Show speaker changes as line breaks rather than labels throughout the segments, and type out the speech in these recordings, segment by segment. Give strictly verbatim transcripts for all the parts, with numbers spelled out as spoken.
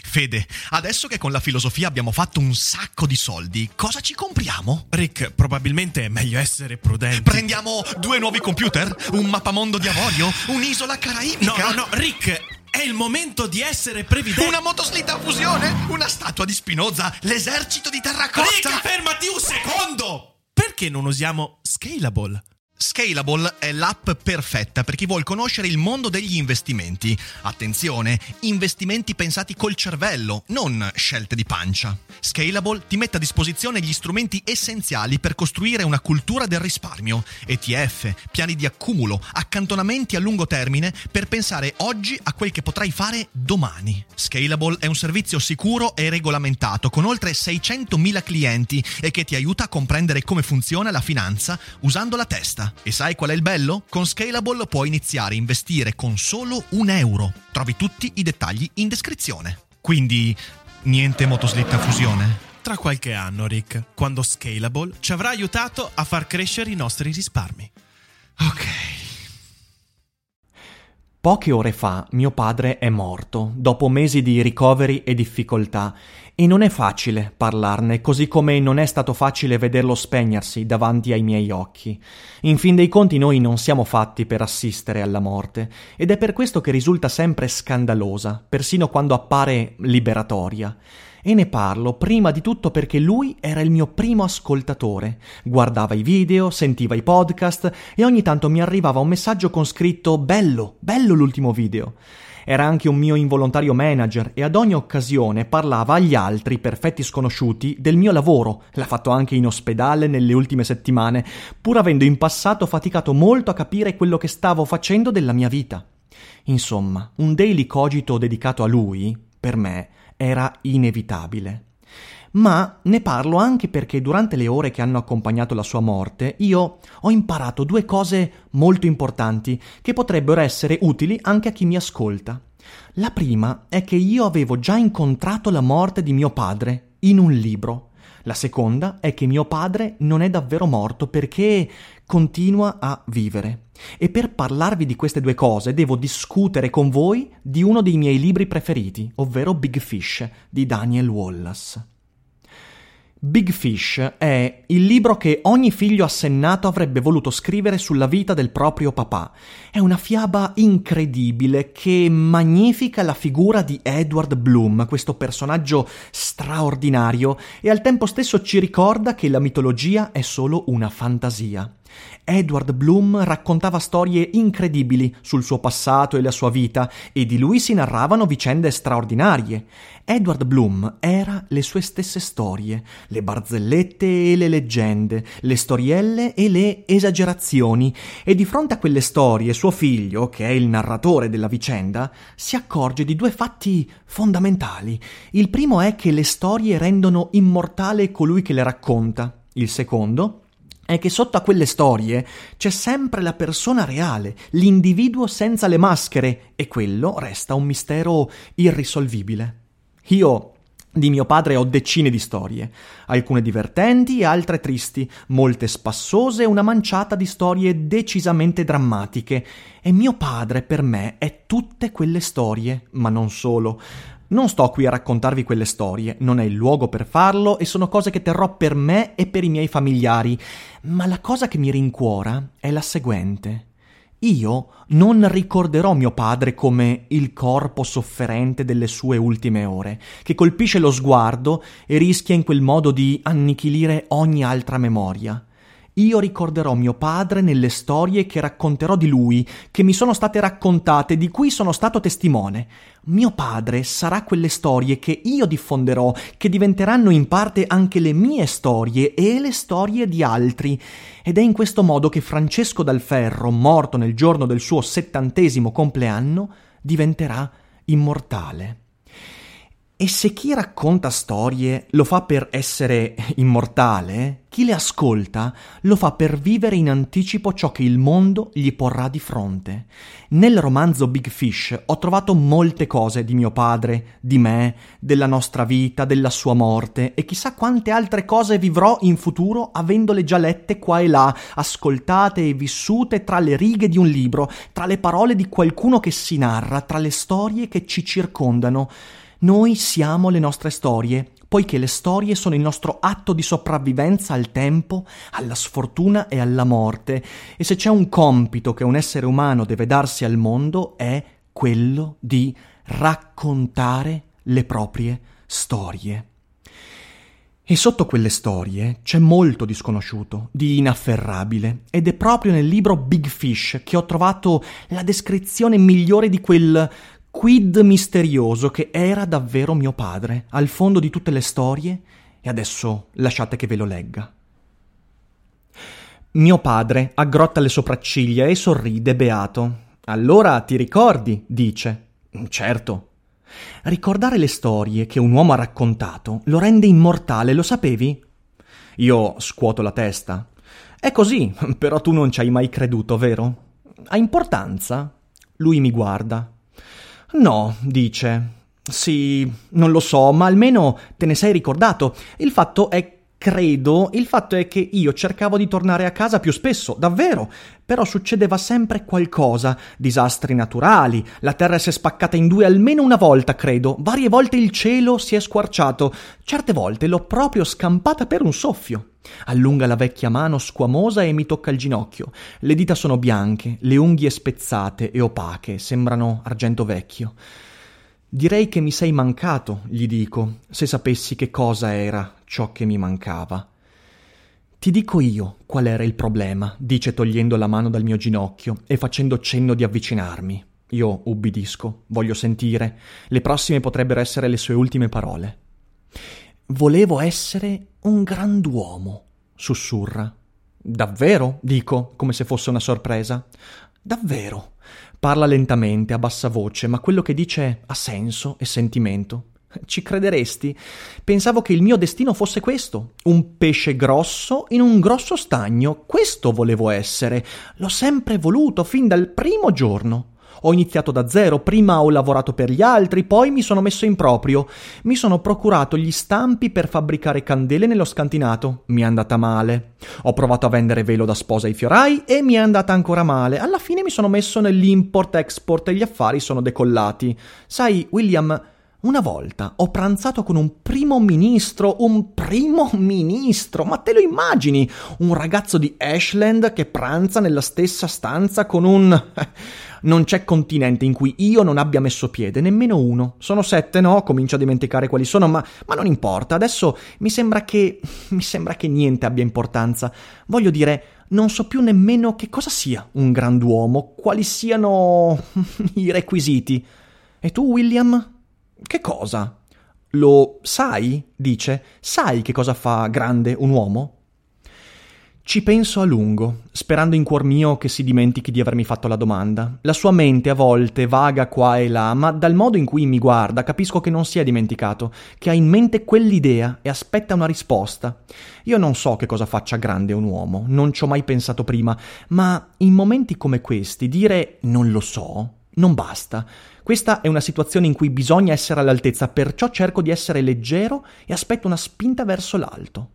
Fede, adesso che con la filosofia abbiamo fatto un sacco di soldi, cosa ci compriamo?
Rick, probabilmente è meglio essere prudenti.
Prendiamo due nuovi computer? Un mappamondo di avorio? Un'isola caraibica?
No, no, no, Rick, è il momento di essere previdenti.
Una motoslitta a fusione? Una statua di Spinoza? L'esercito di terracotta?
Rick, fermati un secondo! Perché non usiamo Scalable?
Scalable è l'app perfetta per chi vuol conoscere il mondo degli investimenti. Attenzione, investimenti pensati col cervello, non scelte di pancia. Scalable ti mette a disposizione gli strumenti essenziali per costruire una cultura del risparmio, E T F, piani di accumulo, accantonamenti a lungo termine per pensare oggi a quel che potrai fare domani. Scalable è un servizio sicuro e regolamentato con oltre seicentomila clienti e che ti aiuta a comprendere come funziona la finanza usando la testa. E sai qual è il bello? Con Scalable puoi iniziare a investire con solo un euro. Trovi tutti i dettagli in descrizione. Quindi, niente motoslitta a fusione?
Tra qualche anno, Rick, quando Scalable ci avrà aiutato a far crescere i nostri risparmi.
Ok.
Poche ore fa mio padre è morto, dopo mesi di ricoveri e difficoltà, e non è facile parlarne, così come non è stato facile vederlo spegnersi davanti ai miei occhi. In fin dei conti noi non siamo fatti per assistere alla morte, ed è per questo che risulta sempre scandalosa, persino quando appare liberatoria. E ne parlo prima di tutto perché lui era il mio primo ascoltatore. Guardava i video, sentiva i podcast e ogni tanto mi arrivava un messaggio con scritto «Bello, bello l'ultimo video». Era anche un mio involontario manager e ad ogni occasione parlava agli altri perfetti sconosciuti del mio lavoro. L'ha fatto anche in ospedale nelle ultime settimane, pur avendo in passato faticato molto a capire quello che stavo facendo della mia vita. Insomma, un daily cogito dedicato a lui, per me, era inevitabile. Ma ne parlo anche perché durante le ore che hanno accompagnato la sua morte io ho imparato due cose molto importanti che potrebbero essere utili anche a chi mi ascolta. La prima è che io avevo già incontrato la morte di mio padre in un libro. La seconda è che mio padre non è davvero morto perché continua a vivere. E per parlarvi di queste due cose devo discutere con voi di uno dei miei libri preferiti, ovvero Big Fish di Daniel Wallace. Big Fish è il libro che ogni figlio assennato avrebbe voluto scrivere sulla vita del proprio papà. È una fiaba incredibile che magnifica la figura di Edward Bloom, questo personaggio straordinario, e al tempo stesso ci ricorda che la mitologia è solo una fantasia. Edward Bloom raccontava storie incredibili sul suo passato e la sua vita e di lui si narravano vicende straordinarie. Edward Bloom era le sue stesse storie, le barzellette e le leggende, le storielle e le esagerazioni, e di fronte a quelle storie suo figlio, che è il narratore della vicenda, si accorge di due fatti fondamentali. Il primo è che le storie rendono immortale colui che le racconta. Il secondo è che sotto a quelle storie c'è sempre la persona reale, l'individuo senza le maschere, e quello resta un mistero irrisolvibile. Io di mio padre ho decine di storie, alcune divertenti e altre tristi, molte spassose e una manciata di storie decisamente drammatiche, e mio padre per me è tutte quelle storie, ma non solo. Non sto qui a raccontarvi quelle storie, non è il luogo per farlo e sono cose che terrò per me e per i miei familiari, ma la cosa che mi rincuora è la seguente. Io non ricorderò mio padre come il corpo sofferente delle sue ultime ore, che colpisce lo sguardo e rischia in quel modo di annichilire ogni altra memoria. Io ricorderò mio padre nelle storie che racconterò di lui, che mi sono state raccontate, di cui sono stato testimone. Mio padre sarà quelle storie che io diffonderò, che diventeranno in parte anche le mie storie e le storie di altri. Ed è in questo modo che Francesco Dal Ferro, morto nel giorno del suo settantesimo compleanno, diventerà immortale. E se chi racconta storie lo fa per essere immortale, chi le ascolta lo fa per vivere in anticipo ciò che il mondo gli porrà di fronte. Nel romanzo Big Fish ho trovato molte cose di mio padre, di me, della nostra vita, della sua morte, e chissà quante altre cose vivrò in futuro avendole già lette qua e là, ascoltate e vissute tra le righe di un libro, tra le parole di qualcuno che si narra, tra le storie che ci circondano. Noi siamo le nostre storie, poiché le storie sono il nostro atto di sopravvivenza al tempo, alla sfortuna e alla morte, e se c'è un compito che un essere umano deve darsi al mondo è quello di raccontare le proprie storie. E sotto quelle storie c'è molto di sconosciuto, di inafferrabile, ed è proprio nel libro Big Fish che ho trovato la descrizione migliore di quel quid misterioso che era davvero mio padre, al fondo di tutte le storie, e adesso lasciate che ve lo legga. Mio padre aggrotta le sopracciglia e sorride beato. «Allora ti ricordi?» dice. «Certo». Ricordare le storie che un uomo ha raccontato lo rende immortale, lo sapevi? Io scuoto la testa. È così, però tu non ci hai mai creduto, vero? Ha importanza? Lui mi guarda. No, dice. Sì, non lo so, ma almeno te ne sei ricordato. Il fatto è Credo, il fatto è che io cercavo di tornare a casa più spesso, davvero, però succedeva sempre qualcosa, disastri naturali, la terra si è spaccata in due almeno una volta, credo, varie volte il cielo si è squarciato, certe volte l'ho proprio scampata per un soffio. Allunga la vecchia mano squamosa e mi tocca il ginocchio. Le dita sono bianche, le unghie spezzate e opache, sembrano argento vecchio. Direi che mi sei mancato, gli dico, se sapessi che cosa era ciò che mi mancava. Ti dico io qual era il problema, dice togliendo la mano dal mio ginocchio e facendo cenno di avvicinarmi. Io ubbidisco, voglio sentire. Le prossime potrebbero essere le sue ultime parole. Volevo essere un grand'uomo, sussurra. Davvero? Dico, come se fosse una sorpresa. Davvero. Parla lentamente, a bassa voce, ma quello che dice ha senso e sentimento. Ci crederesti? Pensavo che il mio destino fosse questo. Un pesce grosso in un grosso stagno. Questo volevo essere. L'ho sempre voluto, fin dal primo giorno. Ho iniziato da zero, prima ho lavorato per gli altri, poi mi sono messo in proprio. Mi sono procurato gli stampi per fabbricare candele nello scantinato. Mi è andata male. Ho provato a vendere velo da sposa ai fiorai e mi è andata ancora male. Alla fine mi sono messo nell'import-export e gli affari sono decollati. Sai, William, una volta ho pranzato con un primo ministro, un primo ministro, ma te lo immagini? Un ragazzo di Ashland che pranza nella stessa stanza con un... Non c'è continente in cui io non abbia messo piede, nemmeno uno. Sono sette, no? Comincio a dimenticare quali sono, ma, ma non importa. Adesso mi sembra che... mi sembra che niente abbia importanza. Voglio dire, non so più nemmeno che cosa sia un grand'uomo, quali siano i requisiti. E tu, William? Che cosa? Lo sai? Dice. Sai che cosa fa grande un uomo? Ci penso a lungo, sperando in cuor mio che si dimentichi di avermi fatto la domanda. La sua mente a volte vaga qua e là, ma dal modo in cui mi guarda capisco che non si è dimenticato, che ha in mente quell'idea e aspetta una risposta. Io non so che cosa faccia grande un uomo, non ci ho mai pensato prima, ma in momenti come questi dire non lo so non basta. Questa è una situazione in cui bisogna essere all'altezza, perciò cerco di essere leggero e aspetto una spinta verso l'alto.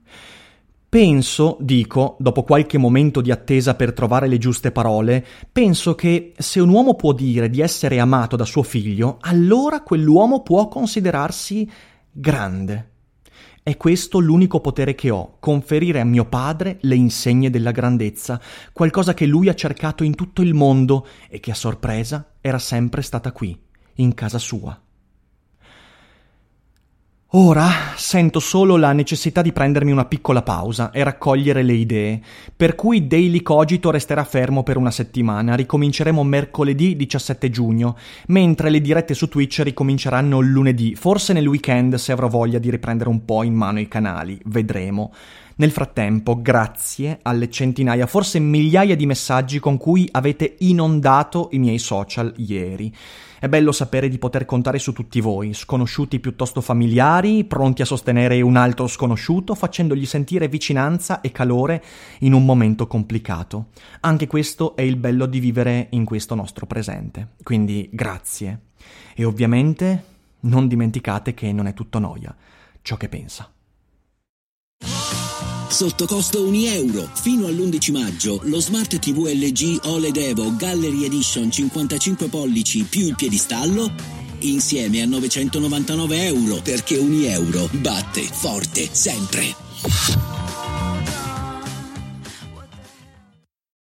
Penso, dico, dopo qualche momento di attesa per trovare le giuste parole, penso che se un uomo può dire di essere amato da suo figlio, allora quell'uomo può considerarsi grande. È questo l'unico potere che ho, conferire a mio padre le insegne della grandezza, qualcosa che lui ha cercato in tutto il mondo e che a sorpresa era sempre stata qui, in casa sua. Ora sento solo la necessità di prendermi una piccola pausa e raccogliere le idee, per cui Daily Cogito resterà fermo per una settimana. Ricominceremo mercoledì diciassette giugno, mentre le dirette su Twitch ricominceranno lunedì, forse nel weekend se avrò voglia di riprendere un po' in mano i canali, vedremo. Nel frattempo, grazie alle centinaia, forse migliaia di messaggi con cui avete inondato i miei social ieri. È bello sapere di poter contare su tutti voi, sconosciuti piuttosto familiari, pronti a sostenere un altro sconosciuto, facendogli sentire vicinanza e calore in un momento complicato. Anche questo è il bello di vivere in questo nostro presente. Quindi grazie. E ovviamente non dimenticate che non è tutto noia ciò che pensa.
Sotto costo un euro. Fino all'undici maggio lo Smart ti vu L G O L E D Evo Gallery Edition cinquantacinque pollici più il piedistallo insieme a novecentonovantanove euro, perché ogni euro batte forte sempre.